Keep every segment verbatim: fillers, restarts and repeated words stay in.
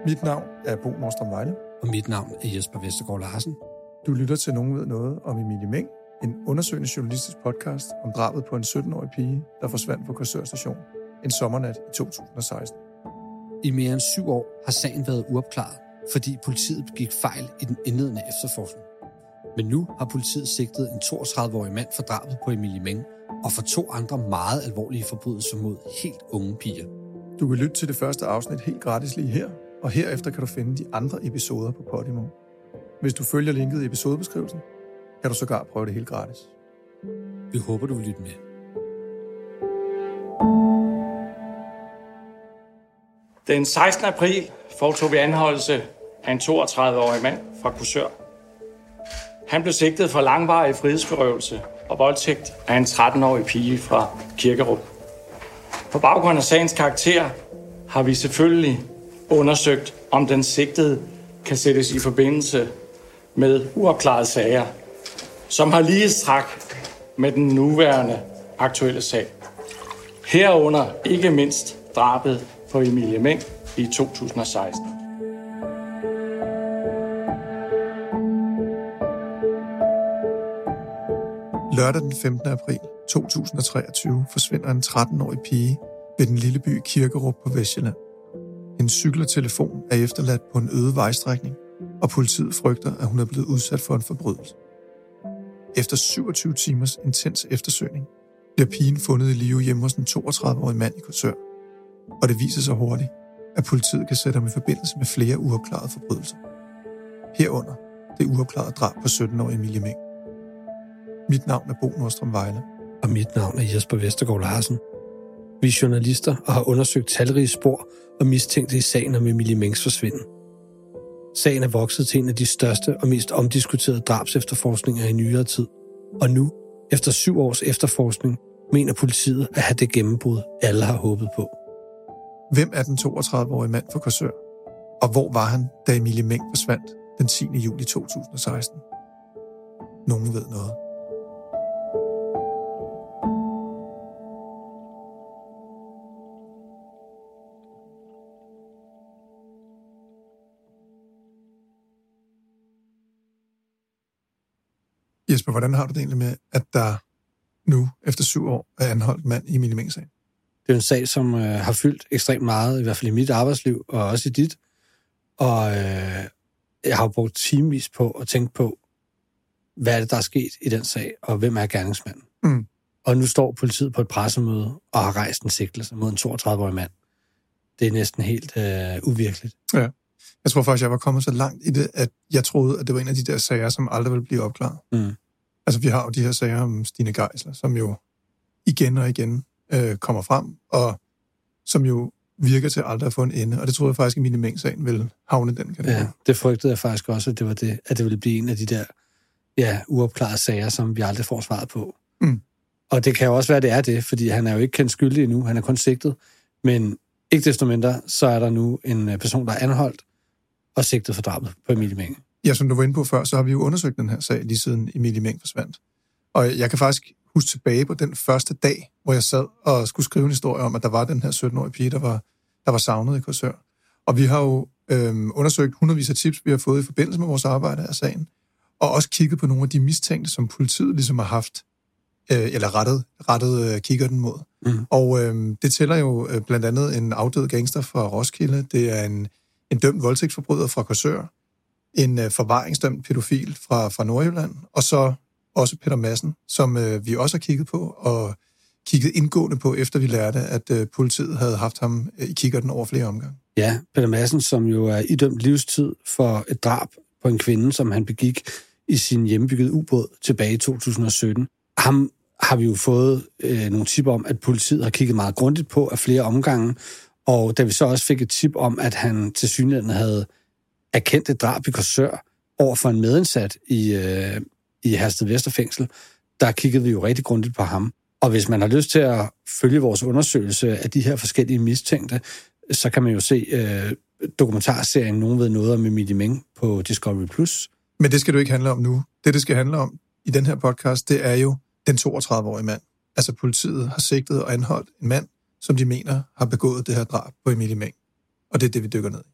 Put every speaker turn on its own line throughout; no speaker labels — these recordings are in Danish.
Mit navn er Bo Nordstrøm Vejle.
Og mit navn er Jesper Vestergaard Larsen.
Du lytter til Nogen ved noget om Emilie Meng, en undersøgende journalistisk podcast om drabet på en sytten-årig pige, der forsvandt på Korsør Station en sommernat i to tusind og seksten.
I mere end syv år har sagen været uopklaret, fordi politiet begik fejl i den indledende efterforskning. Men nu har politiet sigtet en toogtredive-årig mand for drabet på Emilie Meng og for to andre meget alvorlige forbrydelser mod helt unge piger.
Du kan lytte til det første afsnit helt gratis lige her, og herefter kan du finde de andre episoder på Podimo. Hvis du følger linket i episodebeskrivelsen, kan du sågar prøve det helt gratis.
Vi håber, du vil lytte med.
Den sekstende april foretog vi anholdelse af en toogtredive-årig mand fra Korsør. Han blev sigtet for langvarig frihedsberøvelse og voldtægt af en tretten-årig pige fra Kirkerup. På baggrund af sagens karakter har vi selvfølgelig undersøgt, om den sigtede kan sættes i forbindelse med uopklarede sager, som har ligestræk med den nuværende aktuelle sag. Herunder ikke mindst drabet på Emilie Meng i to tusind og seksten.
Lørdag den femtende april to tusind og treogtyve forsvinder en tretten-årig pige ved den lille by Kirkerup på Vestsjælland. Hendes cykel og telefon er efterladt på en øde vejstrækning, og politiet frygter, at hun er blevet udsat for en forbrydelse. Efter syvogtyve timers intens eftersøgning bliver pigen fundet i live hjemme hos en toogtredive-årig mand i Korsør, og det viser sig hurtigt, at politiet kan sætte ham i forbindelse med flere uopklarede forbrydelser. Herunder det uopklarede drab på sytten-årige Emilie Meng. Mit navn er Bo Nordstrøm Vejle.
Og mit navn er Jesper Vestergaard Larsen. Vi er journalister og har undersøgt talrige spor og mistænkte i sagen om Emilie Mengs forsvinden. Sagen er vokset til en af de største og mest omdiskuterede drabsefterforskninger i nyere tid. Og nu, efter syv års efterforskning, mener politiet at have det gennembrud, alle har håbet på.
Hvem er den toogtredive-årige mand fra Korsør? Og hvor var han, da Emilie Meng forsvandt den tiende juli to tusind og seksten? Nogen ved noget. Jesper, hvordan har du det egentlig med, at der nu, efter syv år, er anholdt mand i Emilie Meng-sagen?
Det er en sag, som øh, har fyldt ekstremt meget, i hvert fald i mit arbejdsliv, og også i dit. Og øh, jeg har brugt timevis på at tænke på, hvad er det, der er sket i den sag, og hvem er gerningsmanden? Mm. Og nu står politiet på et pressemøde og har rejst en sigtelse mod en toogtredive-årig mand. Det er næsten helt øh, uvirkeligt.
Ja. Jeg tror faktisk, jeg var kommet så langt i det, at jeg troede, at det var en af de der sager, som aldrig ville blive opklaret. Mm. Altså, vi har jo de her sager om Stine Geisler, som jo igen og igen øh, kommer frem, og som jo virker til aldrig at få en ende. Og det troede jeg faktisk, at Emilie Meng-sagen ville havne den kategori.
Ja, det frygtede jeg faktisk også, at det var det, at det ville blive en af de der ja, uopklarede sager, som vi aldrig får svaret på. Mm. Og det kan jo også være, at det er det, fordi han er jo ikke kendt skyldig endnu, han er kun sigtet. Men ikke desto mindre, så er der nu en person, der er anholdt og sigtet for drabet på Emilie Meng.
Ja, som du var inde på før, så har vi jo undersøgt den her sag lige siden Emilie Meng forsvandt. Og jeg kan faktisk huske tilbage på den første dag, hvor jeg sad og skulle skrive en historie om, at der var den her sytten-årige pige, der var, der var savnet i Korsør. Og vi har jo øhm, undersøgt hundredvis af tips, vi har fået i forbindelse med vores arbejde af sagen, og også kigget på nogle af de mistænkte, som politiet ligesom har haft, øh, eller rettet, rettet øh, kigger den mod. Mm. Og øh, det tæller jo øh, blandt andet en afdød gangster fra Roskilde, det er en, en dømt voldtægtsforbryder fra Korsør, en øh, forvaringsdømt pædofil fra, fra Nordjylland, og så også Peter Madsen, som øh, vi også har kigget på, og kigget indgående på, efter vi lærte, at øh, politiet havde haft ham øh, i kikkerten over flere omgange.
Ja, Peter Madsen, som jo er idømt livstid for et drab på en kvinde, som han begik i sin hjemmebyggede ubåd tilbage i to tusind og sytten. Ham har vi jo fået øh, nogle tip om, at politiet har kigget meget grundigt på af flere omgange, og da vi så også fik et tip om, at han til synligheden havde erkendt et drab i Korsør over for en medindsat i, øh, i Herstedvester Fængsel, der kiggede vi jo rigtig grundigt på ham. Og hvis man har lyst til at følge vores undersøgelse af de her forskellige mistænkte, så kan man jo se øh, dokumentarserien Nogen ved noget om Emilie Meng på Discovery plus.
Men det skal du ikke handle om nu. Det, det skal handle om i den her podcast, det er jo den toogtredive-årige mand. Altså politiet har sigtet og anholdt en mand, som de mener har begået det her drab på Emilie Meng. Og det er det, vi dykker ned i.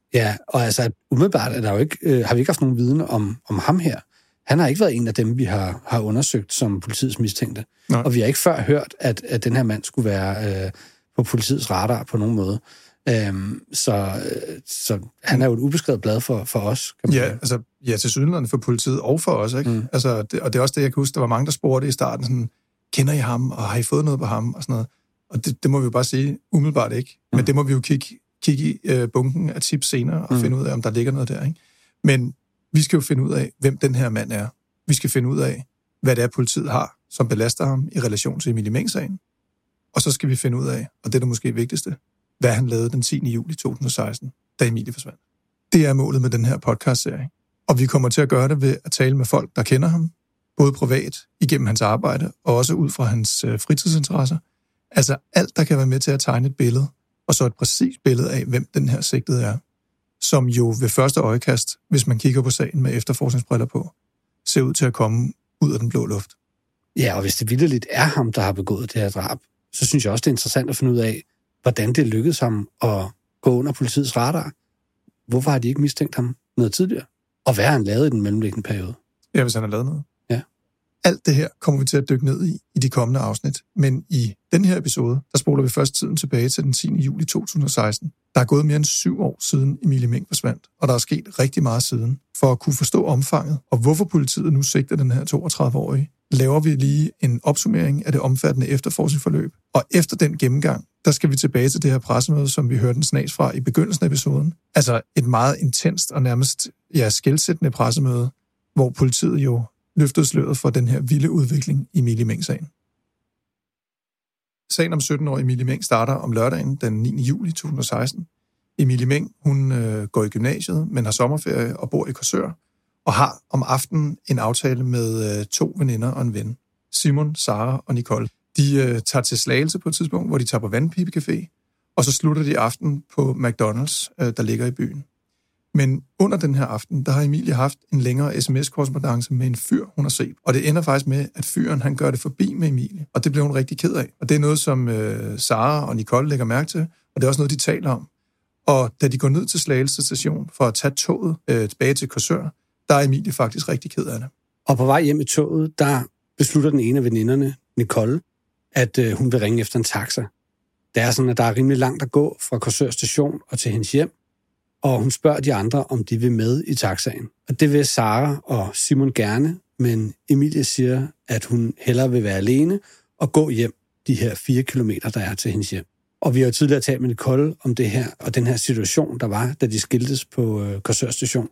Ja, og altså umiddelbart er der jo ikke, øh, har vi ikke haft nogen viden om, om ham her. Han har ikke været en af dem, vi har, har undersøgt som politiets mistænkte. Nej. Og vi har ikke før hørt, at, at den her mand skulle være øh, på politiets radar på nogen måde. Øhm, så, øh, så han er jo et ubeskrevet blad for, for os. Kan man
ja,
sige.
altså, ja, til sydenlandene for politiet og for os, ikke? Mm. Altså, det, og det er også det, jeg kan huske, der var mange, der spurgte i starten, sådan, kender I ham, og har I fået noget på ham, og sådan noget. Og det, det må vi jo bare sige, umiddelbart ikke. Mm. Men det må vi jo kigge, kigge i øh, bunken af tips senere, og mm. finde ud af, om der ligger noget der, ikke? Men vi skal jo finde ud af, hvem den her mand er. Vi skal finde ud af, hvad det er, politiet har, som belaster ham i relation til Emilie Meng-sagen. Og så skal vi finde ud af, og det er det måske vigtigste, hvad han lavede den tiende juli to tusind og seksten, da Emilie forsvandt. Det er målet med den her podcastserie. Og vi kommer til at gøre det ved at tale med folk, der kender ham, både privat, igennem hans arbejde, og også ud fra hans øh, fritidsinteresser. Altså alt, der kan være med til at tegne et billede, og så et præcist billede af, hvem den her sigtede er, som jo ved første øjekast, hvis man kigger på sagen med efterforskningsbriller på, ser ud til at komme ud af den blå luft.
Ja, og hvis det vitterligt er ham, der har begået det her drab, så synes jeg også, det er interessant at finde ud af, hvordan det lykkedes ham at gå under politiets radar. Hvorfor har de ikke mistænkt ham noget tidligere? Og hvad har han lavet i den mellemliggende periode?
Ja, hvis han har lavet noget.
Ja.
Alt det her kommer vi til at dykke ned i i de kommende afsnit. Men i den her episode, der spoler vi først tiden tilbage til den tiende juli to tusind og seksten. Der er gået mere end syv år siden Emilie Meng forsvandt, og der er sket rigtig meget siden. For at kunne forstå omfanget, og hvorfor politiet nu sigter den her toogtredive-årige, laver vi lige en opsummering af det omfattende efterforskningsforløb. Og efter den gennemgang, der skal vi tilbage til det her pressemøde, som vi hørte en snas fra i begyndelsen af episoden. Altså et meget intenst og nærmest ja, skelsættende pressemøde, hvor politiet jo løftede sløret for den her vilde udvikling i Emilie Meng-sagen. Sagen om sytten-årige Emilie Meng starter om lørdagen den niende juli to tusind og seksten. Emilie Meng, hun øh, går i gymnasiet, men har sommerferie og bor i Korsør, og har om aftenen en aftale med øh, to veninder og en ven. Simon, Sara og Nicole. De øh, tager til Slagelse på et tidspunkt, hvor de tager på Vandpibecafé, og så slutter de aften på McDonald's, øh, der ligger i byen. Men under den her aften, der har Emilie haft en længere sms-korrespondance med en fyr, hun har set. Og det ender faktisk med, at fyren han gør det forbi med Emilie, og det bliver hun rigtig ked af. Og det er noget, som øh, Sara og Nicole lægger mærke til, og det er også noget, de taler om. Og da de går ned til Slagelse station for at tage toget øh, tilbage til Korsør, der er Emilie faktisk rigtig ked af det.
Og på vej hjem i toget, der beslutter den ene af veninderne, Nicole, at øh, hun vil ringe efter en taxa. Det er sådan, at der er rimelig langt at gå fra Korsør station og til hendes hjem, og hun spørger de andre, om de vil med i taxaen. Og det vil Sara og Simon gerne, men Emilie siger, at hun hellere vil være alene og gå hjem de her fire kilometer, der er til hendes hjem. Og vi har jo tidligere talt med Nicole om det her, og den her situation, der var, da de skiltes på øh, Korsør station.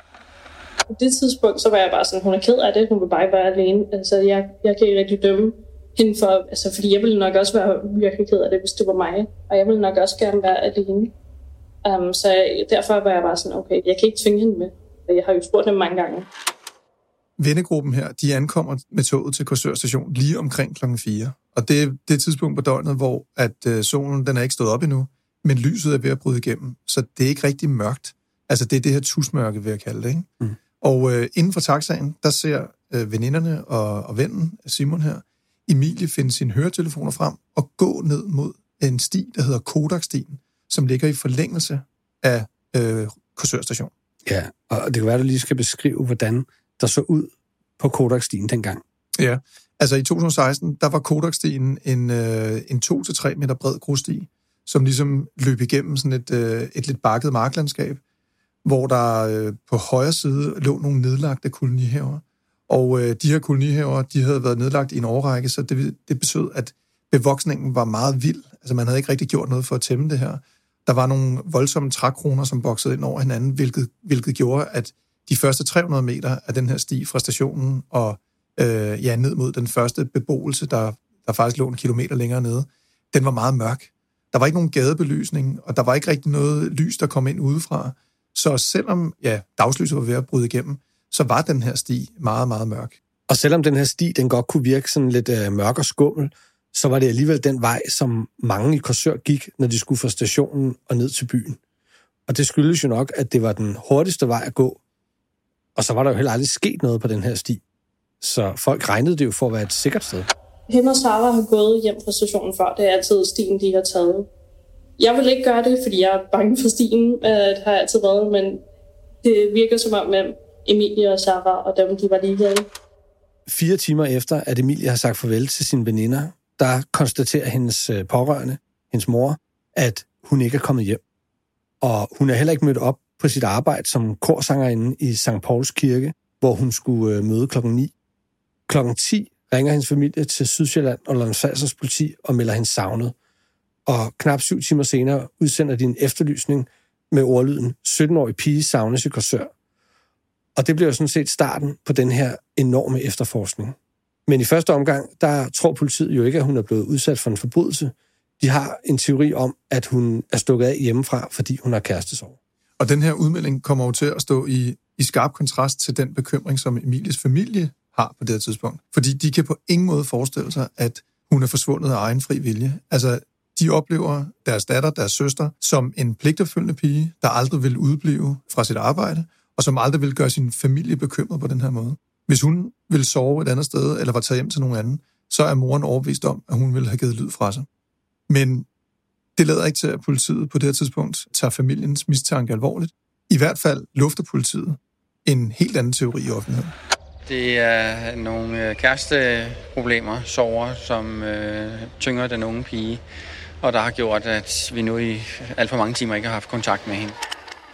På det tidspunkt, så var jeg bare sådan, hun er ked af det, hun vil bare være alene. Altså, jeg, jeg kan ikke rigtig dømme hende for, altså, fordi jeg ville nok også være virkelig ked af det, hvis det var mig. Og jeg ville nok også gerne være alene. Um, så derfor var jeg bare sådan, okay, jeg kan ikke tvinge hende med. Jeg har jo spurgt hende mange gange.
Vennegruppen her, de ankommer med toget til Korsør station lige omkring klokken fire. Og det er det tidspunkt på døgnet, hvor at øh, solen den er ikke stået op endnu, men lyset er ved at bryde igennem. Så det er ikke rigtig mørkt. Altså det er det her tusmørke, vil jeg kalde det, ikke? Mm. Og øh, inden for taxaen, der ser øh, veninderne og, og vennen, Simon her, Emilie finde sine høretelefoner frem og gå ned mod en sti, der hedder Kodak-stien, som ligger i forlængelse af øh, Korsør station. Ja,
og det kan være, at du lige skal beskrive, hvordan der så ud på Kodak-stien dengang.
Ja, altså i to tusind og seksten, der var Kodak-stien en, øh, en to til tre meter bred grussti, som ligesom løb igennem sådan et, øh, et lidt bakket marklandskab, hvor der øh, på højre side lå nogle nedlagte kolonihaver. Og øh, de her kolonihaver, de havde været nedlagt i en årrække, så det, det betød, at bevoksningen var meget vild. Altså man havde ikke rigtig gjort noget for at tæmme det her. Der var nogle voldsomme trækroner, som voksede ind over hinanden, hvilket, hvilket gjorde, at de første tre hundrede meter af den her sti fra stationen og øh, ja, ned mod den første beboelse, der, der faktisk lå en kilometer længere nede, den var meget mørk. Der var ikke nogen gadebelysning, og der var ikke rigtig noget lys, der kom ind udefra. Så selvom ja, dagslyset var ved at bryde igennem, så var den her sti meget, meget mørk.
Og selvom den her sti, den godt kunne virke sådan lidt øh, mørk og skummel, så var det alligevel den vej, som mange i Korsør gik, når de skulle fra stationen og ned til byen. Og det skyldes jo nok, at det var den hurtigste vej at gå. Og så var der jo heller aldrig sket noget på den her sti. Så folk regnede det jo for at være et sikkert sted.
Hende og Sara har gået hjem fra stationen før. Det er altid stien, de har taget. Jeg vil ikke gøre det, fordi jeg er bange for Stine, det har jeg altid været, men det virker som om, at Emilie og Sarah og dem, de var ligeglade.
Fire timer efter, at Emilie har sagt farvel til sine veninder, der konstaterer hendes pårørende, hendes mor, at hun ikke er kommet hjem. Og hun er heller ikke mødt op på sit arbejde som korsangerinde i Sankt Pauls Kirke, hvor hun skulle møde klokken ni. Klokken ti ringer hendes familie til Sydsjælland og Lolland-Falsters politi og melder hende savnet. Og knap syv timer senere udsender de en efterlysning med ordlyden sytten-årig pige savnes i Korsør. Og det bliver jo sådan set starten på den her enorme efterforskning. Men i første omgang, der tror politiet jo ikke, at hun er blevet udsat for en forbrydelse. De har en teori om, at hun er stukket af hjemmefra, fordi hun har kærestesorg.
Og den her udmelding kommer jo til at stå i, i skarp kontrast til den bekymring, som Emilies familie har på det her tidspunkt. Fordi de kan på ingen måde forestille sig, at hun er forsvundet af egen fri vilje. Altså, de oplever deres datter, deres søster, som en pligtopfyldende pige, der aldrig vil udblive fra sit arbejde, og som aldrig vil gøre sin familie bekymret på den her måde. Hvis hun ville sove et andet sted, eller var taget hjem til nogen anden, så er moren overbevist om, at hun ville have givet lyd fra sig. Men det lader ikke til, at politiet på det her tidspunkt tager familiens mistanke alvorligt. I hvert fald lufter politiet en helt anden teori i offentligheden.
Det er nogle kæresteproblemer, sorger, som øh, tynger den unge pige, og der har gjort, at vi nu i alt for mange timer ikke har haft kontakt med hende.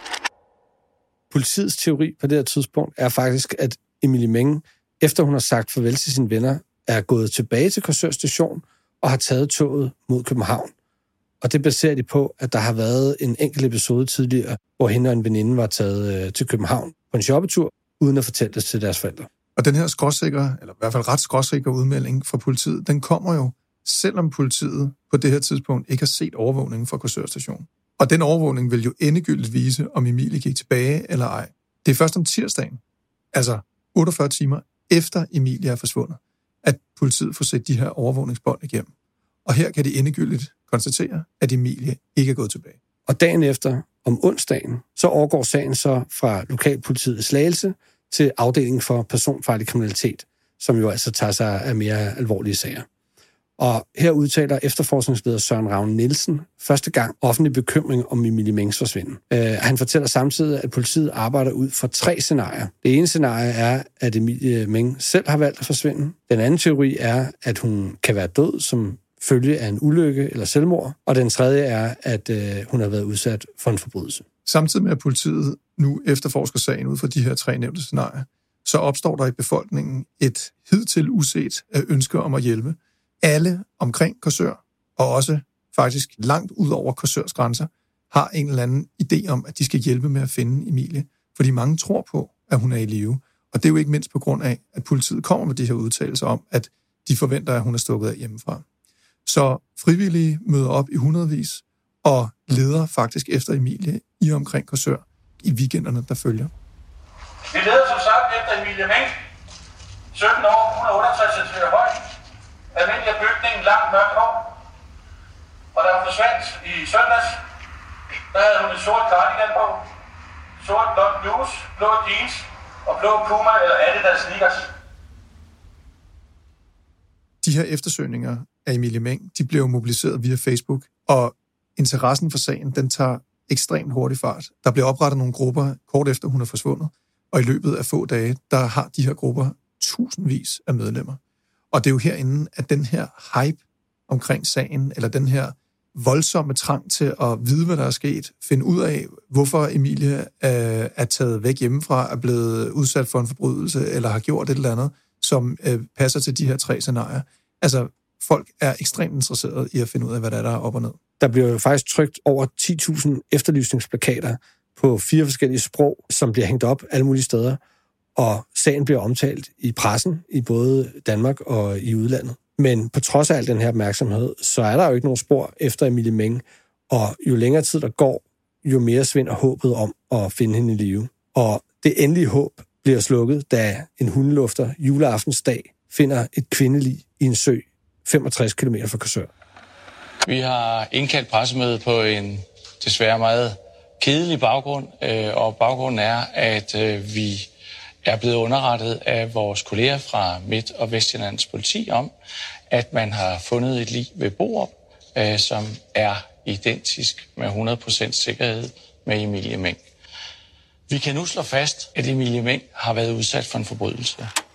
Politiets teori på det her tidspunkt er faktisk, at Emilie Meng, efter hun har sagt farvel til sine venner, er gået tilbage til Korsør station og har taget toget mod København. Og det baserer de på, at der har været en enkelt episode tidligere, hvor hende og en veninde var taget øh, til København på en shoppetur, uden at fortælle det til deres forældre.
Og den her skråsikre, eller i hvert fald ret skråsikre udmelding fra politiet, den kommer jo, selvom politiet på det her tidspunkt ikke har set overvågningen fra Korsør station. Og den overvågning vil jo endegyldigt vise, om Emilie gik tilbage eller ej. Det er først om tirsdagen, altså otteogfyrre timer efter Emilie er forsvundet, at politiet får set de her overvågningsbånd igennem. Og her kan de endegyldigt konstatere, at Emilie ikke er gået tilbage.
Og dagen efter, om onsdagen, så overgår sagen så fra lokalpolitiet i Slagelse til afdelingen for personfarlig kriminalitet, som jo altså tager sig af mere alvorlige sager. Og her udtaler efterforskningsleder Søren Ravn Nielsen første gang offentlig bekymring om Emilie Mengs forsvinden. Uh, han fortæller samtidig, at politiet arbejder ud fra tre scenarier. Det ene scenarie er, at Emilie Meng selv har valgt at forsvinde. Den anden teori er, at hun kan være død som følge af en ulykke eller selvmord. Og den tredje er, at uh, hun har været udsat for en forbrydelse.
Samtidig med, at politiet nu efterforsker sagen ud fra de her tre nævnte scenarier, så opstår der i befolkningen et hidtil uset ønske om at hjælpe. Alle omkring Korsør, og også faktisk langt ud over Korsørs grænser, har en eller anden idé om, at de skal hjælpe med at finde Emilie, fordi mange tror på, at hun er i live. Og det er jo ikke mindst på grund af, at politiet kommer med de her udtalelser om, at de forventer, at hun er stukket af hjemmefra. Så frivillige møder op i hundredvis og leder faktisk efter Emilie i omkring Korsør i weekenderne, der følger.
Vi leder som sagt efter Emilie Meng, sytten år, et hundrede og otteogtres centimeter høj, almindelig bygning, langt mørkt hår, og da hun forsvandt i søndags, der havde hun et sort cardigan på, sort blond bluse, blå jeans og blå Puma eller Adidas sneakers.
De her eftersøgninger af Emilie Meng, de blev mobiliseret via Facebook, og interessen for sagen, den tager ekstremt hurtig fart. Der bliver oprettet nogle grupper kort efter hun er forsvundet, og i løbet af få dage, der har de her grupper tusindvis af medlemmer. Og det er jo herinde, at den her hype omkring sagen, eller den her voldsomme trang til at vide, hvad der er sket, finde ud af, hvorfor Emilie er, er taget væk hjemmefra, er blevet udsat for en forbrydelse, eller har gjort et eller andet, som øh, passer til de her tre scenarier. Altså, folk er ekstremt interesserede i at finde ud af, hvad der er, der er op og ned.
Der bliver jo faktisk trykt over ti tusind efterlysningsplakater på fire forskellige sprog, som bliver hængt op alle mulige steder. Og sagen bliver omtalt i pressen, i både Danmark og i udlandet. Men på trods af al den her opmærksomhed, så er der jo ikke nogen spor efter Emilie Meng. Og jo længere tid der går, jo mere svinder håbet om at finde hende i live. Og det endelige håb bliver slukket, da en hundelufter juleaftensdag finder et kvindelig i en sø femogtres kilometer fra Korsør.
Vi har indkaldt pressemøde på en desværre meget kedelig baggrund, og baggrunden er, at vi er blevet underrettet af vores kolleger fra Midt- og Vestjyllands politi om, at man har fundet et lig ved Borup, som er identisk med hundrede procent sikkerhed med Emilie Meng. Vi kan nu slå fast, at Emilie Meng har været udsat for en forbrydelse.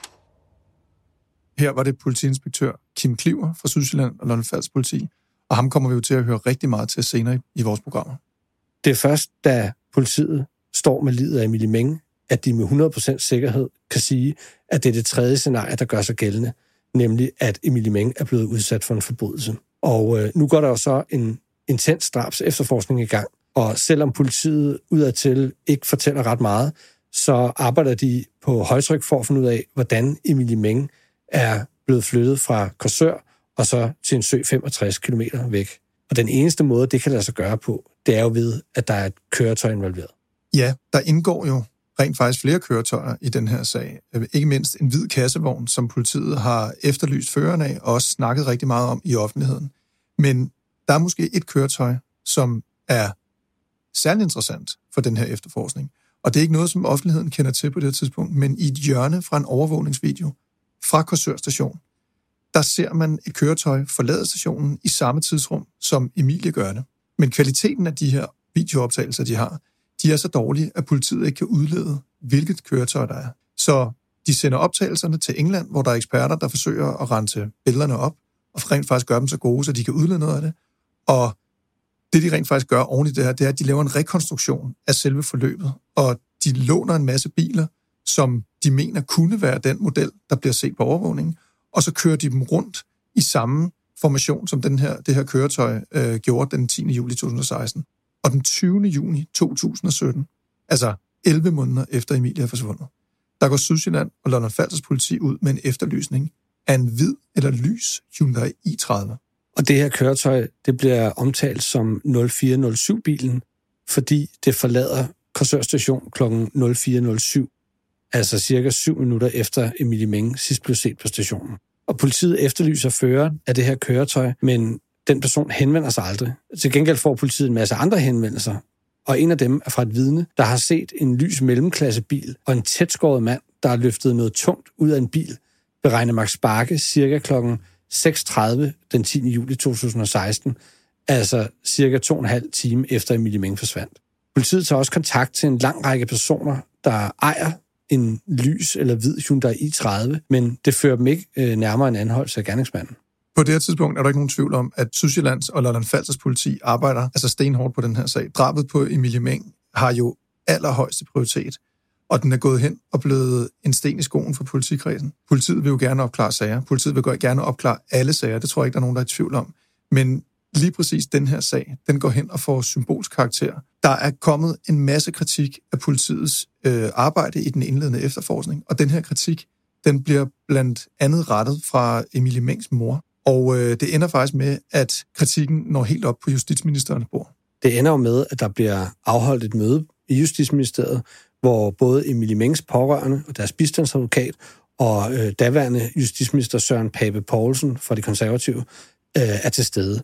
Her var det politiinspektør Kim Kliver fra Sydsjælland og Lolland-Falster politi, og ham kommer vi jo til at høre rigtig meget til senere i vores programmer.
Det er først, da politiet står med livet af Emilie Meng, at de med hundrede procent sikkerhed kan sige, at det er det tredje scenarie, der gør sig gældende, nemlig at Emilie Meng er blevet udsat for en forbrydelse. Og øh, nu går der jo så en intens drabs efterforskning i gang, og selvom politiet udadtil ikke fortæller ret meget, så arbejder de på højtryk for at finde ud af, hvordan Emilie Meng er blevet flyttet fra Korsør og så til en sø femogtres kilometer væk. Og den eneste måde, det kan lade sig gøre på, det er jo ved, at der er et køretøj involveret.
Ja, der indgår jo rent faktisk flere køretøjer i den her sag. Ikke mindst en hvid kassevogn, som politiet har efterlyst føreren af, og også snakket rigtig meget om i offentligheden. Men der er måske et køretøj, som er særlig interessant for den her efterforskning. Og det er ikke noget, som offentligheden kender til på det her tidspunkt, men i et hjørne fra en overvågningsvideo fra Korsør station, der ser man et køretøj forlade stationen i samme tidsrum, som Emilie gør det. Men kvaliteten af de her videooptagelser, de har, de er så dårlige, at politiet ikke kan udlede, hvilket køretøj der er. Så de sender optagelserne til England, hvor der er eksperter, der forsøger at rense billederne op, og rent faktisk gøre dem så gode, så de kan udlede noget af det. Og det, de rent faktisk gør oven i det her, det er, at de laver en rekonstruktion af selve forløbet, og de låner en masse biler, som de mener kunne være den model, der bliver set på overvågningen, og så kører de dem rundt i samme formation, som den her, det her køretøj øh, gjorde den tiende juli to tusind og seksten. Og den tyvende juni to tusind og sytten, altså elleve måneder efter Emilie er forsvundet, der går Sydsjælland og Lolland-Falsters politi ud med en efterlysning af en hvid eller lys Hyundai i tredive.
Og det her køretøj, det bliver omtalt som nul fire nul syv-bilen, fordi det forlader Korsør station klokken nul fire nul syv, altså cirka syv minutter efter Emilie Meng sidst blev set på stationen. Og politiet efterlyser føreren af det her køretøj, men den person henvender sig aldrig. Til gengæld får politiet en masse andre henvendelser, og en af dem er fra et vidne, der har set en lys mellemklassebil og en tætskåret mand, der har løftet noget tungt ud af en bil, beregner Max Sparke cirka klokken seks tredive den tiende juli to tusind og seksten, altså cirka to og en halv time efter Emilie Meng forsvandt. Politiet tager også kontakt til en lang række personer, der ejer en lys eller hvid Hyundai i tredive, men det fører dem ikke øh, nærmere en anholdelse af gerningsmanden.
På det her tidspunkt er der ikke nogen tvivl om, at Sydsjællands og Lolland-Falsters politi arbejder altså stenhårdt på den her sag. Drabet på Emilie Meng har jo allerhøjeste prioritet, og den er gået hen og blevet en sten i skoen for politikredsen. Politiet vil jo gerne opklare sager. Politiet vil gerne opklare alle sager. Det tror jeg ikke, der er nogen, der er i tvivl om. Men lige præcis den her sag, den går hen og får symbolsk karakter. Der er kommet en masse kritik af politiets øh, arbejde i den indledende efterforskning, og den her kritik, den bliver blandt andet rettet fra Emilie Mengs mor. Og øh, det ender faktisk med, at kritikken når helt op på justitsministerens bord.
Det ender jo med, at der bliver afholdt et møde i Justitsministeriet, hvor både Emilie Mengs pårørende og deres bistandsadvokat og øh, daværende justitsminister Søren Pape Poulsen fra De Konservative øh, er til stede.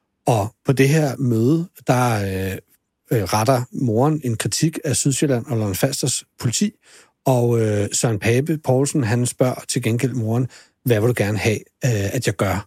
Og på det her møde, der øh, øh, retter moren en kritik af Sydsjælland og Lolland-Falsters politi, og øh, Søren Pape Poulsen, han spørger til gengæld moren, hvad vil du gerne have, øh, at jeg gør?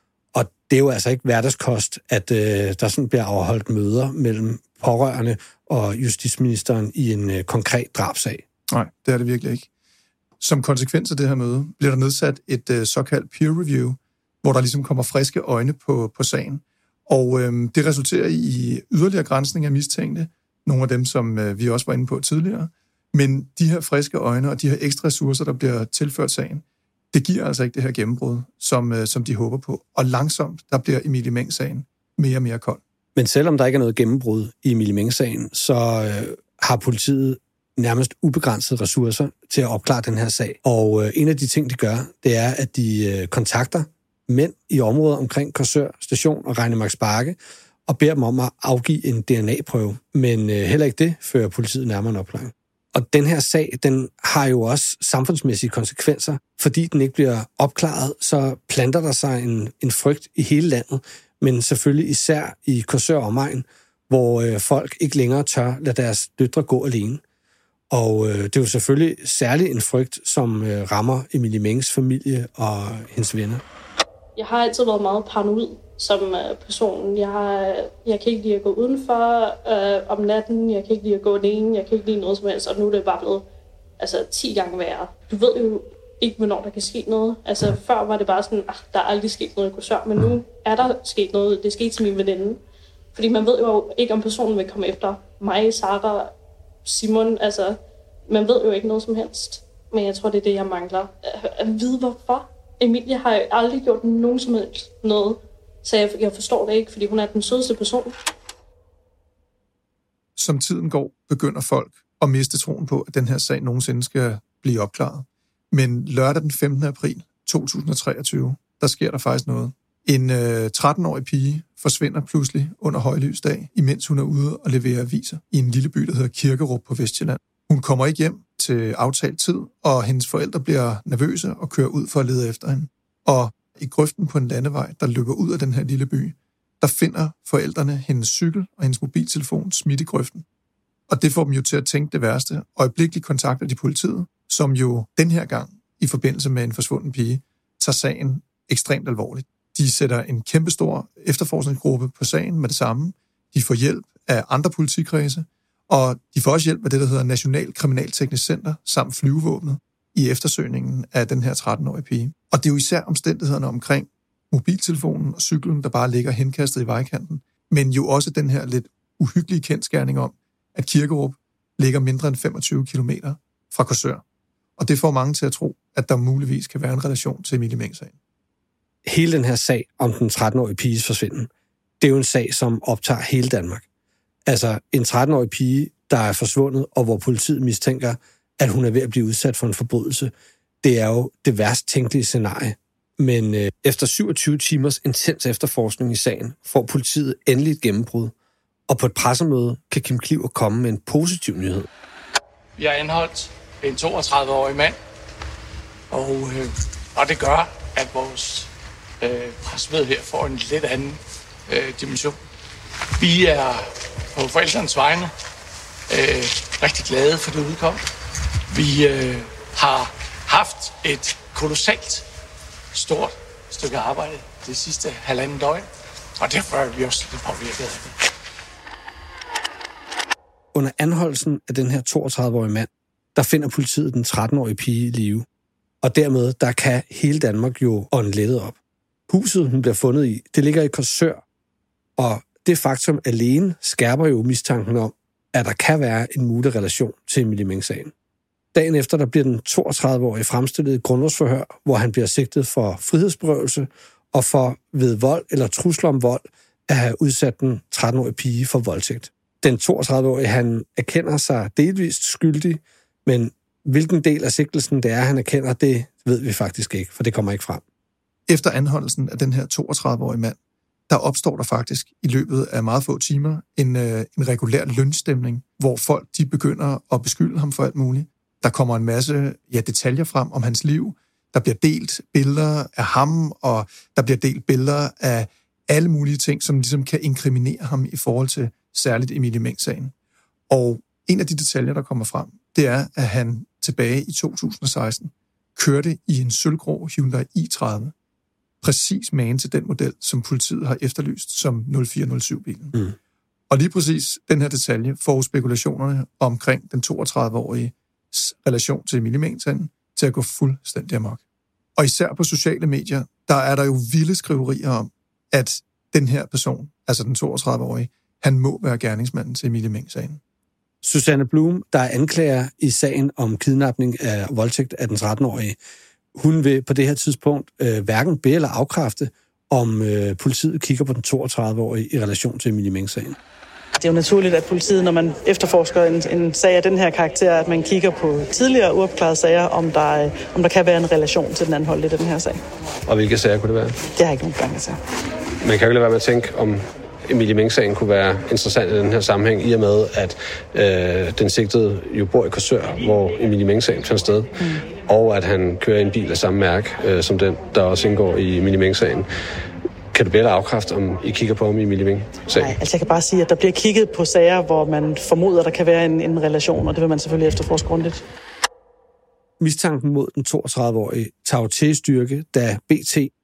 Og det er jo altså ikke hverdagskost, at øh, der sådan bliver afholdt møder mellem pårørende og justitsministeren i en øh, konkret drabsag.
Nej, det er det virkelig ikke. Som konsekvens af det her møde bliver der nedsat et øh, såkaldt peer review, hvor der ligesom kommer friske øjne på, på sagen. Og øh, det resulterer i yderligere granskning af mistænkte, nogle af dem, som øh, vi også var inde på tidligere. Men de her friske øjne og de her ekstra ressourcer, der bliver tilført sagen, det giver altså ikke det her gennembrud, som, øh, som de håber på. Og langsomt, der bliver Emilie Meng-sagen mere og mere kold.
Men selvom der ikke er noget gennembrud i Emilie Meng-sagen, så øh, har politiet nærmest ubegrænsede ressourcer til at opklare den her sag. Og øh, en af de ting, de gør, det er, at de øh, kontakter mænd i området omkring Korsør station og Reine Max Sparke, og beder dem om at afgive en D N A-prøve. Men øh, heller ikke det fører politiet nærmere en opklaring. Og den her sag, den har jo også samfundsmæssige konsekvenser. Fordi den ikke bliver opklaret, så planter der sig en, en frygt i hele landet, men selvfølgelig især i Korsør omegn, hvor øh, folk ikke længere tør lade deres døtre gå alene. Og øh, det er jo selvfølgelig særligt en frygt, som øh, rammer Emilie Mengs familie og hendes venner.
Jeg har altid været meget paranoid, som uh, person. Jeg, jeg kan ikke lide at gå udenfor uh, om natten, jeg kan ikke lide at gå alene, jeg kan ikke lide noget som helst, og nu er det bare blevet altså, ti gange værre. Du ved jo ikke, hvornår der kan ske noget. Altså, før var det bare sådan, ah, der er aldrig sket noget i Korsør, men nu er der sket noget. Det skete til min veninde. Fordi man ved jo ikke, om personen vil komme efter mig, Sara, Simon. Altså, man ved jo ikke noget som helst. Men jeg tror, det er det, jeg mangler. At vide, hvorfor. Emilie har jo aldrig gjort nogen som helst noget. Så jeg, jeg forstår det ikke, fordi hun er den sødeste person.
Som tiden går, begynder folk at miste troen på, at den her sag nogensinde skal blive opklaret. Men lørdag den femtende april to tusind og treogtyve, der sker der faktisk noget. En øh, tretten-årig pige forsvinder pludselig under højlysdag, imens hun er ude og leverer aviser i en lille by, der hedder Kirkerup på Vestjylland. Hun kommer ikke hjem til aftalt tid, og hendes forældre bliver nervøse og kører ud for at lede efter hende. Og i grøften på en landevej, der løber ud af den her lille by, der finder forældrene hendes cykel og hendes mobiltelefon smidt i grøften. Og det får dem jo til at tænke det værste. Øjeblikkeligt kontakter de politiet, som jo den her gang, i forbindelse med en forsvunden pige, tager sagen ekstremt alvorligt. De sætter en kæmpestor efterforskningsgruppe på sagen med det samme. De får hjælp af andre politikredse, og de får også hjælp af det, der hedder National Kriminalteknisk Center, samt flyvevåbnet, i eftersøgningen af den her tretten-årige pige. Og det er jo især omstændighederne omkring mobiltelefonen og cyklen, der bare ligger henkastet i vejkanten, men jo også den her lidt uhyggelige kendsgerning om, at Kirkerup ligger mindre end femogtyve kilometer fra Korsør. Og det får mange til at tro, at der muligvis kan være en relation til Emilie Meng-sagen.
Hele den her sag om den tretten-årige piges forsvinden, det er jo en sag, som optager hele Danmark. Altså en tretten-årig pige, der er forsvundet, og hvor politiet mistænker, at hun er ved at blive udsat for en forbrydelse. Det er jo det værst tænkelige scenarie. Men øh, efter syvogtyve timers intens efterforskning i sagen, får politiet endelig et gennembrud. Og på et pressemøde kan Kim Kliver komme med en positiv nyhed.
Vi har anholdt en toogtredive-årig mand, og, øh, og det gør, at vores øh, pressemøde her får en lidt anden øh, dimension. Vi er på forældrenes vegne øh, rigtig glade for det udkom. Vi øh, har haft et kolossalt stort stykke arbejde det sidste halvanden døgn, og derfor er vi også lidt påvirket af det.
Under anholdelsen af den her toogtredive-årige mand, der finder politiet den tretten-årige pige i live. Og dermed, der kan hele Danmark jo ånde lettet op. Huset, hun bliver fundet i, det ligger i Korsør. Og det faktum alene skærper jo mistanken om, at der kan være en mulig relation til Emilie Meng-sagen. Dagen efter, der bliver den toogtredive-årige fremstillet i grundlovsforhør, hvor han bliver sigtet for frihedsberøvelse og for ved vold eller trusler om vold at have udsat den tretten-årige pige for voldtægt. Den toogtredive-årige, han erkender sig delvist skyldig, men hvilken del af sigtelsen det er, han erkender, det ved vi faktisk ikke, for det kommer ikke frem.
Efter anholdelsen af den her toogtredive-årige mand, der opstår der faktisk i løbet af meget få timer en, øh, en regulær lønstemning, hvor folk de begynder at beskylde ham for alt muligt. Der kommer en masse ja, detaljer frem om hans liv. Der bliver delt billeder af ham, og der bliver delt billeder af alle mulige ting, som ligesom kan inkriminere ham i forhold til særligt Emilie Meng-sagen. Og en af de detaljer, der kommer frem, det er, at han tilbage i to tusind og seksten kørte i en sølvgrå Hyundai i tredive. Præcis magen til den model, som politiet har efterlyst som nul fire nul syv-bilen. Mm. Og lige præcis den her detalje får spekulationerne omkring den toogtredive-årige relation til Emilie Meng-sagen til at gå fuldstændig amok. Og især på sociale medier, der er der jo vilde skriverier om, at den her person, altså den toogtredive-årige, han må være gerningsmanden til Emilie Meng-sagen.
Susanne Blum, der er anklager i sagen om kidnapning af voldtægt af den tretten-årige, hun vil på det her tidspunkt øh, hverken bede eller afkræfte, om øh, politiet kigger på den toogtredive-årige i relation til Emilie Meng-sagen.
Det er jo naturligt, at politiet, når man efterforsker en, en sag af den her karakter, at man kigger på tidligere uopklarede sager, om der, om der kan være en relation til den anholdte i den her sag.
Og hvilke sager kunne det være?
Det har jeg ikke nogen gang at sige.
Man kan jo ikke lade være med at tænke, om Emilie Meng-sagen kunne være interessant i den her sammenhæng, i og med, at øh, den sigtede jo bor i Korsør, hvor Emilie Meng-sagen fandt sted, mm. og at han kører en bil af samme mærke, øh, som den, der også indgår i Emilie Meng-sagen. Kan du bedre afkræfte, om I kigger på om Emilie Meng-sagen?
Nej, altså jeg kan bare sige, at der bliver kigget på sager, hvor man formoder, at der kan være en, en relation, og det vil man selvfølgelig efterforske grundigt.
Mistanken mod den toogtredive-årige tager jo til styrke, da B T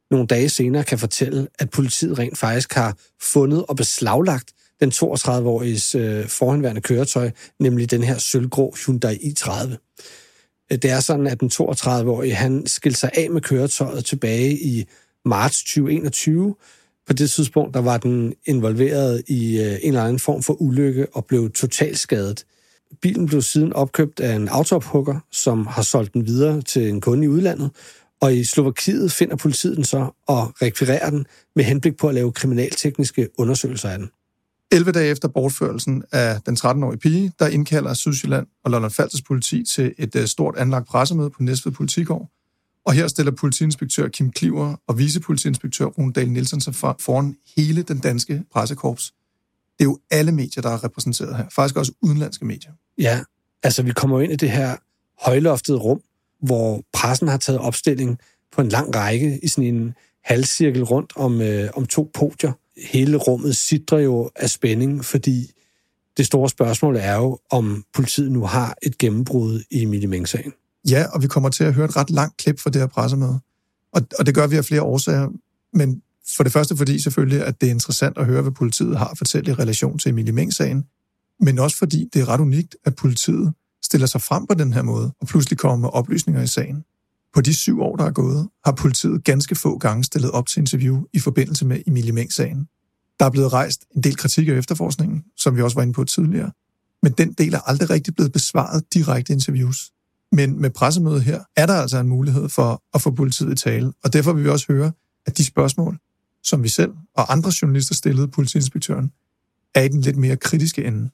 nogle dage senere kan fortælle, at politiet rent faktisk har fundet og beslaglagt den toogtredive-åriges øh, forhenværende køretøj, nemlig den her sølvgrå Hyundai i tredive. Det er sådan, at den toogtredive-årige, han skilte sig af med køretøjet tilbage i marts tyve enogtyve. På det tidspunkt, der var den involveret i øh, en eller anden form for ulykke og blev totalt skadet. Bilen blev siden opkøbt af en autoophugger, som har solgt den videre til en kunde i udlandet, og i Slovakiet finder politiet den så og rekvirerer den med henblik på at lave kriminaltekniske undersøgelser af den.
elleve dage efter bortførelsen af den tretten-årige pige, der indkalder Sydsjælland og Lolland-Falsters politi til et stort anlagt pressemøde på Næstved Politigård. Og her stiller politiinspektør Kim Kliver og vicepolitiinspektør Rune Dahl Nielsen sig for, foran hele den danske pressekorps. Det er jo alle medier, der er repræsenteret her. Faktisk også udenlandske medier.
Ja, altså vi kommer ind i det her højloftede rum, hvor pressen har taget opstilling på en lang række i sådan en halvcirkel rundt om, øh, om to podier. Hele rummet sidder jo af spænding, fordi det store spørgsmål er jo, om politiet nu har et gennembrud i Emilie Meng-sagen.
Ja, og vi kommer til at høre et ret langt klip fra det her pressemøde. Og, og det gør vi af flere årsager. Men for det første fordi selvfølgelig, at det er interessant at høre, hvad politiet har at fortælle i relation til Emilie Meng-sagen. Men også fordi det er ret unikt, at politiet stiller sig frem på den her måde, og pludselig kommer med oplysninger i sagen. På de syv år, der er gået, har politiet ganske få gange stillet op til interview i forbindelse med Emilie Meng-sagen. Der er blevet rejst en del kritik af efterforskningen, som vi også var inde på tidligere. Men den del er aldrig rigtig blevet besvaret direkte interviews. Men med pressemødet her er der altså en mulighed for at få politiet i tale. Og derfor vil vi også høre, at de spørgsmål, som vi selv og andre journalister stillede politiinspektøren, er i den lidt mere kritiske ende.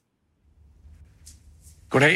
Goddag.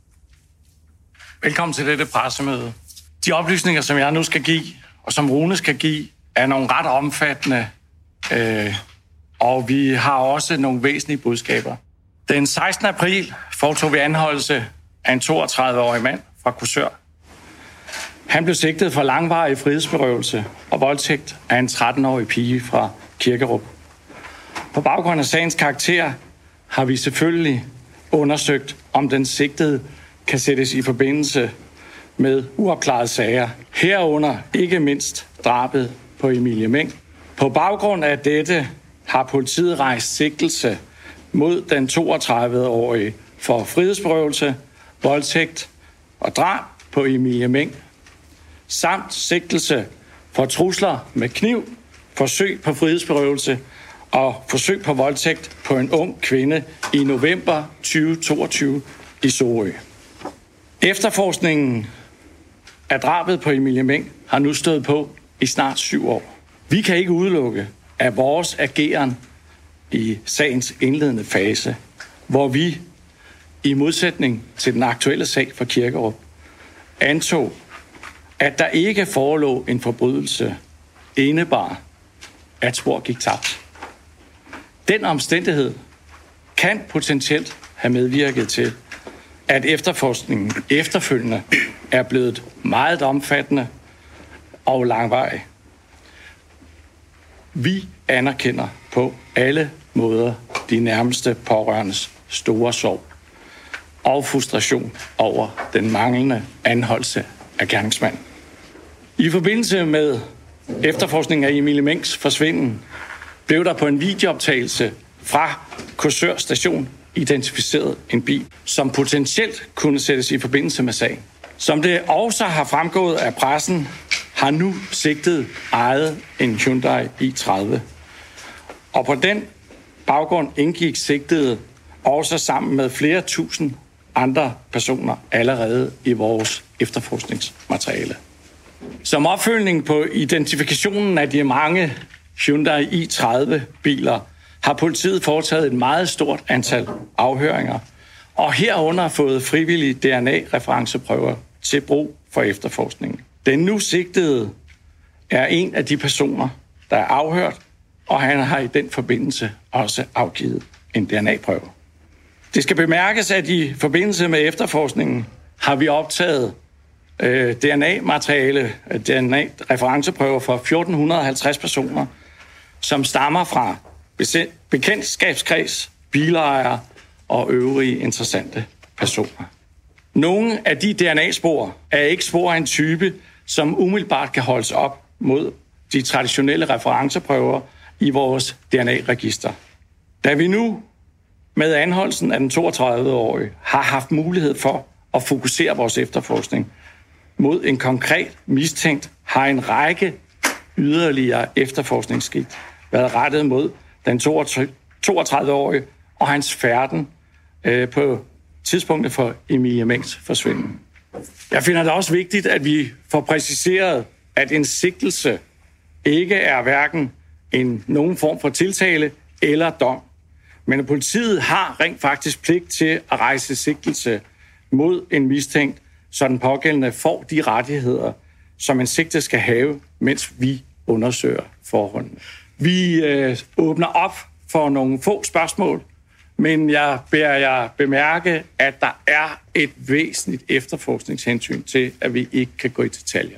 Velkommen til dette pressemøde. De oplysninger, som jeg nu skal give, og som Rune skal give, er nogle ret omfattende, øh, og vi har også nogle væsentlige budskaber. Den sekstende april foretog vi anholdelse af en toogtredive-årig mand fra Korsør. Han blev sigtet for langvarig frihedsberøvelse og voldtægt af en tretten-årig pige fra Kirkerup. På baggrund af sagens karakter har vi selvfølgelig undersøgt, om den sigtede kan sættes i forbindelse med uopklarede sager. Herunder ikke mindst drabet på Emilie Meng. På baggrund af dette har politiet rejst sigtelse mod den toogtredive-årige for frihedsberøvelse, voldtægt og drab på Emilie Meng, samt sigtelse for trusler med kniv, forsøg på frihedsberøvelse og forsøg på voldtægt på en ung kvinde i november tyve toogtyve i Sorø. Efterforskningen af drabet på Emilie Meng har nu stået på i snart syv år. Vi kan ikke udelukke, at vores ageren i sagens indledende fase, hvor vi i modsætning til den aktuelle sag for Kirkerup antog, at der ikke forelå en forbrydelse, indebar, at spor gik tabt. Den omstændighed kan potentielt have medvirket til, at efterforskningen efterfølgende er blevet meget omfattende og langvarig. Vi anerkender på alle måder de nærmeste pårørendes store sorg og frustration over den manglende anholdelse af gerningsmanden. I forbindelse med efterforskningen af Emilie Mengs forsvinden blev der på en videooptagelse fra Korsør station identificeret en bil, som potentielt kunne sættes i forbindelse med sagen. Som det også har fremgået af pressen, har nu sigtet ejet en Hyundai i tredive. Og på den baggrund indgik sigtede også sammen med flere tusind andre personer allerede i vores efterforskningsmateriale. Som opfølgning på identifikationen af de mange Hyundai i tredive biler har politiet foretaget et meget stort antal afhøringer, og herunder fået frivillige D N A-referenceprøver til brug for efterforskningen. Den nu sigtede er en af de personer, der er afhørt, og han har i den forbindelse også afgivet en D N A-prøve. Det skal bemærkes, at i forbindelse med efterforskningen har vi optaget øh, D N A-materiale, D N A-referenceprøver for fjorten halvtreds personer, som stammer fra bekendtskabskreds, bilejere og øvrige interessante personer. Nogle af de D N A-spor er ikke spor af en type, som umiddelbart kan holdes op mod de traditionelle referenceprøver i vores D N A-register. Da vi nu med anholdelsen af den toogtredive-årige har haft mulighed for at fokusere vores efterforskning mod en konkret mistænkt, har en række yderligere efterforskningsskridt været rettet mod den toogtredive-årige og hans færden øh, på tidspunktet for Emilie Mengs forsvinden. Jeg finder det også vigtigt, at vi får præciseret, at en sigtelse ikke er hverken en nogen form for tiltale eller dom. Men at politiet har rent faktisk pligt til at rejse sigtelse mod en mistænkt, så den pågældende får de rettigheder, som en sigtet skal have, mens vi undersøger forholdene. Vi øh, åbner op for nogle få spørgsmål, men jeg beder jer bemærke, at der er et væsentligt efterforskningshensyn til, at vi ikke kan gå i detaljer.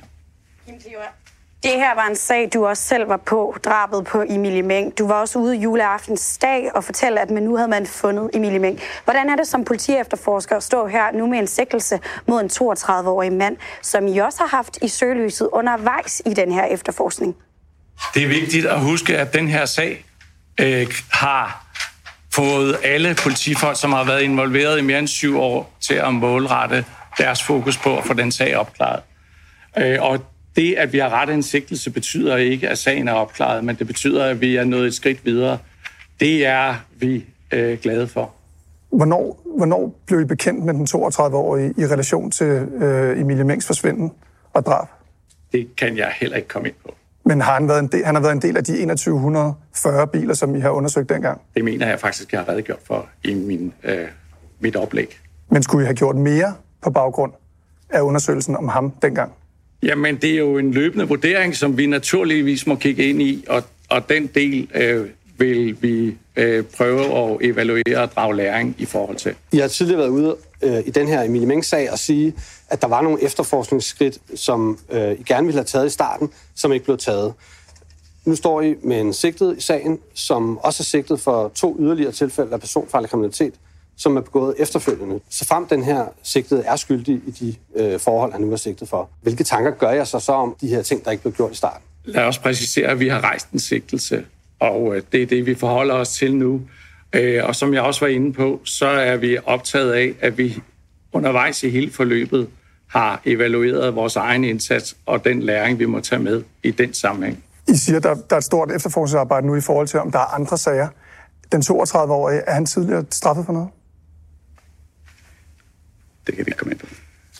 Det her var en sag, du også selv var på, drabet på Emilie Meng. Du var også ude juleaftens dag og fortælle, at man nu havde man fundet Emilie Meng. Hvordan er det som politiefterforsker at stå her nu med en sigtelse mod en toogtredive-årig mand, som I også har haft i søgelyset undervejs i den her efterforskning?
Det er vigtigt at huske, at den her sag øh, har fået alle politifolk, som har været involveret i mere end syv år, til at målrette deres fokus på at få den sag opklaret. Øh, og det, at vi har rettet en sigtelse, betyder ikke, at sagen er opklaret, men det betyder, at vi er nået et skridt videre. Det er vi øh, glade for.
Hvornår, hvornår blev I bekendt med den toogtredive-årige i relation til øh, Emilie Mengs forsvinden og drab?
Det kan jeg heller ikke komme ind på.
Men har han været en del, han har været en del af de enogtyve fyrre biler, som I har undersøgt dengang?
Det mener jeg faktisk, jeg har redegjort for i min, øh, mit oplæg.
Men skulle I have gjort mere på baggrund af undersøgelsen om ham dengang?
Jamen, det er jo en løbende vurdering, som vi naturligvis må kigge ind i, og, og den del øh, vil vi øh, prøve at evaluere og drage læring i forhold til.
I har tidligere været ude øh, i den her Emilie Meng-sag og sige, at der var nogle efterforskningsskridt, som øh, I gerne ville have taget i starten, som ikke blev taget. Nu står I med en sigtet i sagen, som også er sigtet for to yderligere tilfælde af personfarlig kriminalitet, som er begået efterfølgende. Så frem den her sigtede er skyldig i de øh, forhold, han nu er sigtet for. Hvilke tanker gør jeg så så om de her ting, der ikke blev gjort i starten?
Lad os præcisere, at vi har rejst en sigtelse, og øh, det er det, vi forholder os til nu. Øh, og som jeg også var inde på, så er vi optaget af, at vi undervejs i hele forløbet har evalueret vores egen indsats og den læring, vi må tage med i den sammenhæng.
I siger, der, der er et stort efterforskningsarbejde nu i forhold til, om der er andre sager. Den toogtredive-årige, er han tidligere straffet for noget?
Det kan vi ikke komme ind på.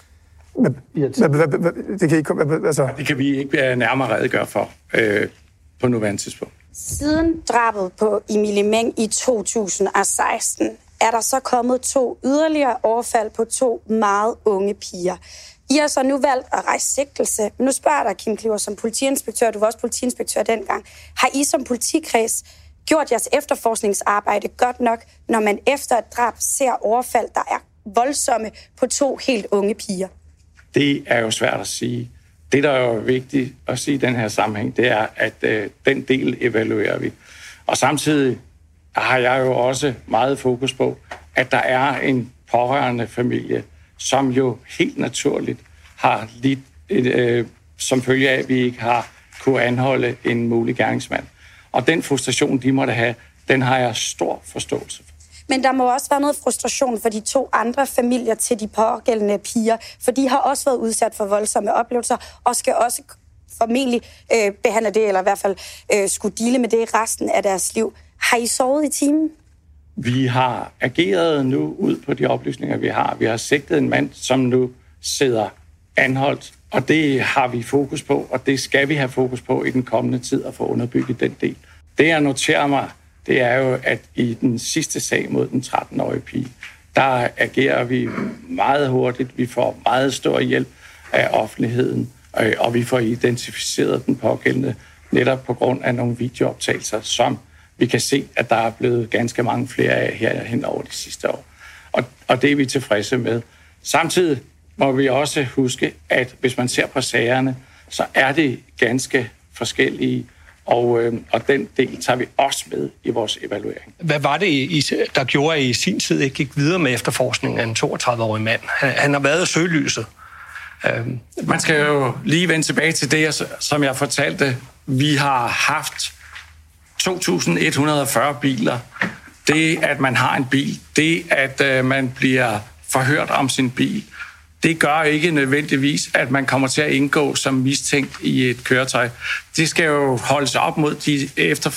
Men, hvad, hvad, hvad, det, kan ikke, hvad, altså...
det kan vi ikke nærmere redegøre for øh, på nuværende tidspunkt.
Siden drabet på Emilie Meng i to tusind og seksten er der så kommet to yderligere overfald på to meget unge piger. I har så nu valgt at rejse sigtelse. Men nu spørger jeg dig, Kim Kliver, som politiinspektør, du var også politiinspektør dengang. Har I som politikreds gjort jeres efterforskningsarbejde godt nok, når man efter et drab ser overfald, der er voldsomme på to helt unge piger?
Det er jo svært at sige. Det, der er jo vigtigt at sige i den her sammenhæng, det er, at øh, den del evaluerer vi. Og samtidig har jeg jo også meget fokus på, at der er en pårørende familie, som jo helt naturligt har lidt, øh, som følge af, at vi ikke har kunne anholde en mulig gerningsmand. Og den frustration, de måtte have, den har jeg stor forståelse for.
Men der må også være noget frustration for de to andre familier til de pågældende piger, for de har også været udsat for voldsomme oplevelser, og skal også formentlig øh, behandle det, eller i hvert fald øh, skulle dele med det resten af deres liv. Har I sovet i timen?
Vi har ageret nu ud på de oplysninger, vi har. Vi har sigtet en mand, som nu sidder anholdt, og det har vi fokus på, og det skal vi have fokus på i den kommende tid at få underbygget den del. Det, jeg noterer mig, det er jo, at i den sidste sag mod den tretten-årige pige, der agerer vi meget hurtigt. Vi får meget stor hjælp af offentligheden, og vi får identificeret den pågældende netop på grund af nogle videooptagelser, som vi kan se, at der er blevet ganske mange flere af her hen over de sidste år. Og, og det er vi tilfredse med. Samtidig må vi også huske, at hvis man ser på sagerne, så er det ganske forskellige, og, øh, og den del tager vi også med i vores evaluering.
Hvad var det, I, der gjorde, at I i sin tid ikke gik videre med efterforskningen af en toogtredive-årig mand? Han, han har været i søgelyset.
Man skal jo lige vende tilbage til det, som jeg fortalte vi har haft to tusind et hundrede og fyrre biler. Det, at man har en bil, det, at øh, man bliver forhørt om sin bil, det gør ikke nødvendigvis, at man kommer til at indgå som mistænkt i et køretøj. Det skal jo holdes op mod de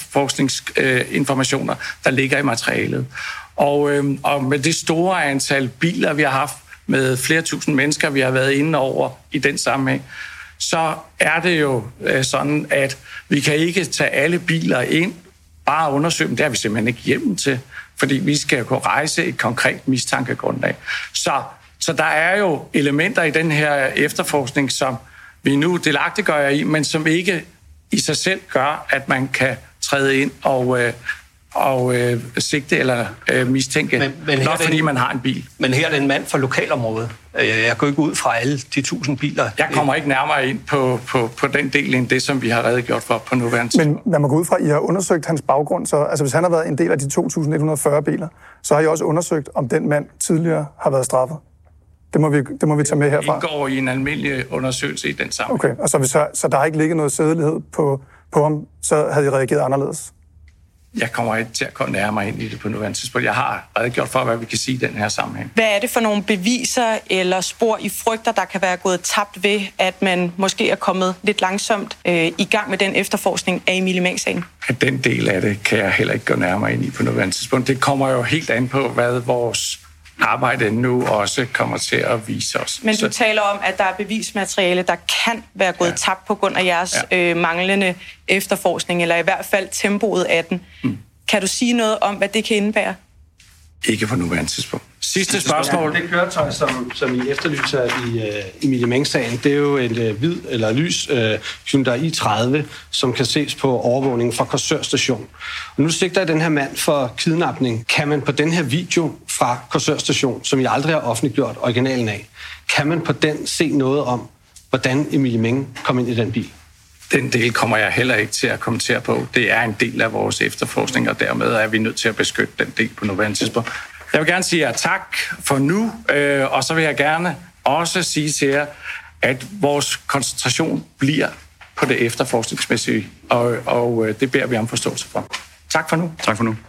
efterforskningsinformationer, der ligger i materialet. Og, øh, og med det store antal biler, vi har haft med flere tusind mennesker, vi har været inde over i den sammenhæng, så er det jo øh, sådan, at vi kan ikke tage alle biler ind, bare undersøge dem. Det har vi simpelthen ikke hjemmel til, fordi vi skal kunne rejse et konkret mistankegrundlag. Så, så der er jo elementer i den her efterforskning, som vi nu delagtiggør i, men som ikke i sig selv gør, at man kan træde ind og, øh, og øh, sigte eller øh, mistænke, men, men blot fordi en, man har en bil.
Men her er det en mand fra lokalområdet. Jeg går ikke ud fra alle de tusind biler.
Jeg kommer ikke nærmere ind på, på, på den del end det, som vi har redegjort for på nuværende tid.
Men man må gå ud fra, at I har undersøgt hans baggrund. Så, altså, hvis han har været en del af de to tusind et hundrede og fyrre biler, så har I også undersøgt, om den mand tidligere har været straffet. Det må vi, det må vi tage med herfra.
Det indgår i en almindelig undersøgelse i den sammenhæng.
Okay, og så, så, så der har ikke ligget noget sædelighed på, på ham, så havde I reageret anderledes?
Jeg kommer ikke til at komme nærmere ind i det på nuværende tidspunkt. Jeg har redegjort for, hvad vi kan sige i den her sammenhæng.
Hvad er det for nogle beviser eller spor i frygter, der kan være gået tabt ved, at man måske er kommet lidt langsomt øh, i gang med den efterforskning af Emilie Meng-sagen?
At den del af det kan jeg heller ikke gå nærmere ind i på nuværende tidspunkt. Det kommer jo helt an på, hvad vores arbejde nu også kommer til at vise os.
Men du Så... taler om, at der er bevismateriale, der kan være gået ja. tabt på grund af jeres ja. øh, manglende efterforskning, eller i hvert fald tempoet af den. Mm. Kan du sige noget om, hvad det kan indebære?
Ikke på nuværende tidspunkt. Sidste spørgsmål.
Det køretøj, som, som I efterlyser i uh, Emilie Meng-sagen, det er jo en uh, hvid eller lys uh, Hyundai i tredive, som kan ses på overvågningen fra Korsør Station. Og nu sigter jeg den her mand for kidnapning. Kan man på den her video fra Korsør Station, som jeg aldrig har offentliggjort originalen af, kan man på den se noget om, hvordan Emilie Meng kom ind i den bil?
Den del kommer jeg heller ikke til at kommentere på. Det er en del af vores efterforskning, og dermed er vi nødt til at beskytte den del på nuværende tidspunkt. Jeg vil gerne sige jer tak for nu, øh, og så vil jeg gerne også sige til jer, at vores koncentration bliver på det efterforskningsmæssige, og, og øh, det beder vi om forståelse for. Tak for nu.
Tak for nu.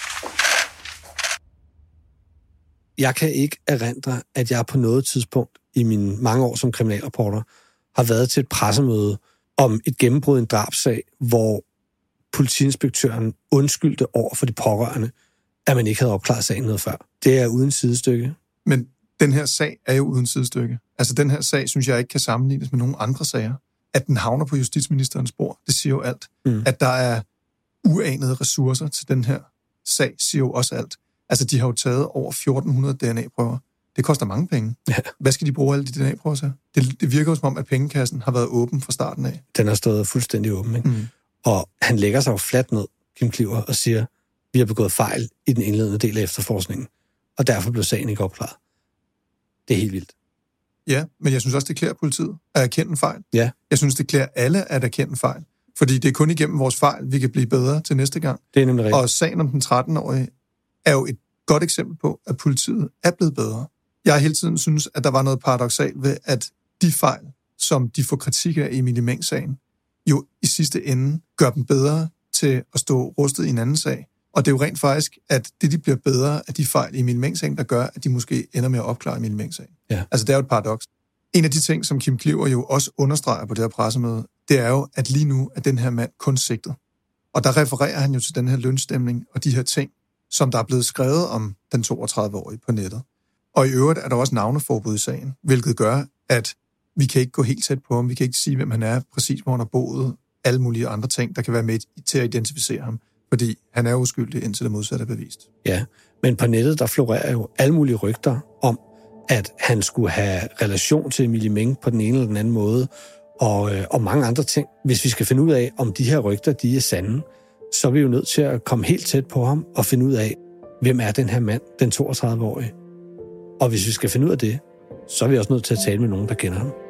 Jeg kan ikke erindre, at jeg på noget tidspunkt i mine mange år som kriminalreporter har været til et pressemøde om et gennembrud i en drabsag, hvor politiinspektøren undskyldte over for de pårørende, at man ikke havde opklaret sagen noget før. Det er uden sidestykke.
Men den her sag er jo uden sidestykke. Altså, den her sag, synes jeg ikke kan sammenlignes med nogle andre sager. At den havner på justitsministerens bord, det siger jo alt. Mm. At der er uanede ressourcer til den her sag, siger jo også alt. Altså, de har jo taget over fjorten hundrede D N A-prøver. Det koster mange penge. Ja. Hvad skal de bruge alle de D N A-prøver til? Det, det virker jo som om, at pengekassen har været åben fra starten af.
Den har stået fuldstændig åben, ikke? Mm. Og han lægger sig jo fladt ned, Kim Kliver, og siger, vi har begået fejl i den indledende del af efterforskningen, og derfor blev sagen ikke opklaret. Det er helt vildt.
Ja, men jeg synes også, det klæder politiet at erkende fejl.
Ja.
Jeg synes, det klæder alle at erkende fejl. Fordi det er kun igennem vores fejl, vi kan blive bedre til næste gang.
Det er nemlig rigtigt.
Og sagen om den tretten-årige er jo et godt eksempel på, at politiet er blevet bedre. Jeg har hele tiden synes, at der var noget paradoksalt ved, at de fejl, som de får kritik af i Emilie Meng-sagen, jo i sidste ende gør dem bedre til at stå rustet i en anden sag. Og det er jo rent faktisk, at det, de bliver bedre af de fejl i Emilie Meng-sagen, der gør, at de måske ender med at opklare Emilie Meng-sagen.
Ja.
Altså, det er jo et paradoks. En af de ting, som Kim Kliver jo også understreger på det her pressemøde, det er jo, at lige nu er den her mand kun sigtet. Og der refererer han jo til den her lønstemning og de her ting, som der er blevet skrevet om den toogtredive-årige på nettet. Og i øvrigt er der også navneforbud i sagen, hvilket gør, at vi kan ikke gå helt tæt på ham. Vi kan ikke sige, hvem han er, præcis hvor han har boet, alle mulige andre ting, der kan være med til at identificere ham. Fordi han er uskyldig, indtil det modsatte er bevist.
Ja, men på nettet, der florerer jo alle mulige rygter om, at han skulle have relation til Emilie Meng på den ene eller den anden måde, og, øh, og mange andre ting. Hvis vi skal finde ud af, om de her rygter, de er sande, så er vi jo nødt til at komme helt tæt på ham og finde ud af, hvem er den her mand, den toogtredive-årige. Og hvis vi skal finde ud af det, så er vi også nødt til at tale med nogen, der kender ham.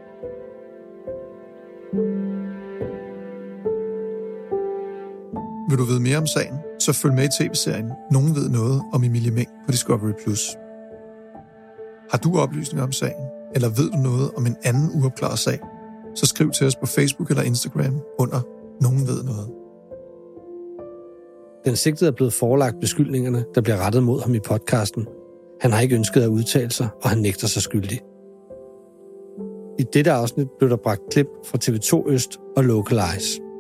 Vil du vide mere om sagen, så følg med i tv-serien Nogen ved noget om Emilie Meng på Discovery plus. Har du oplysninger om sagen, eller ved du noget om en anden uopklaret sag, så skriv til os på Facebook eller Instagram under nogen ved noget.
Den sigtede er blevet forelagt beskyldningerne, der bliver rettet mod ham i podcasten. Han har ikke ønsket at udtale sig, og han nægter sig skyldig. I dette afsnit blev der bragt klip fra T V to Øst og Localize.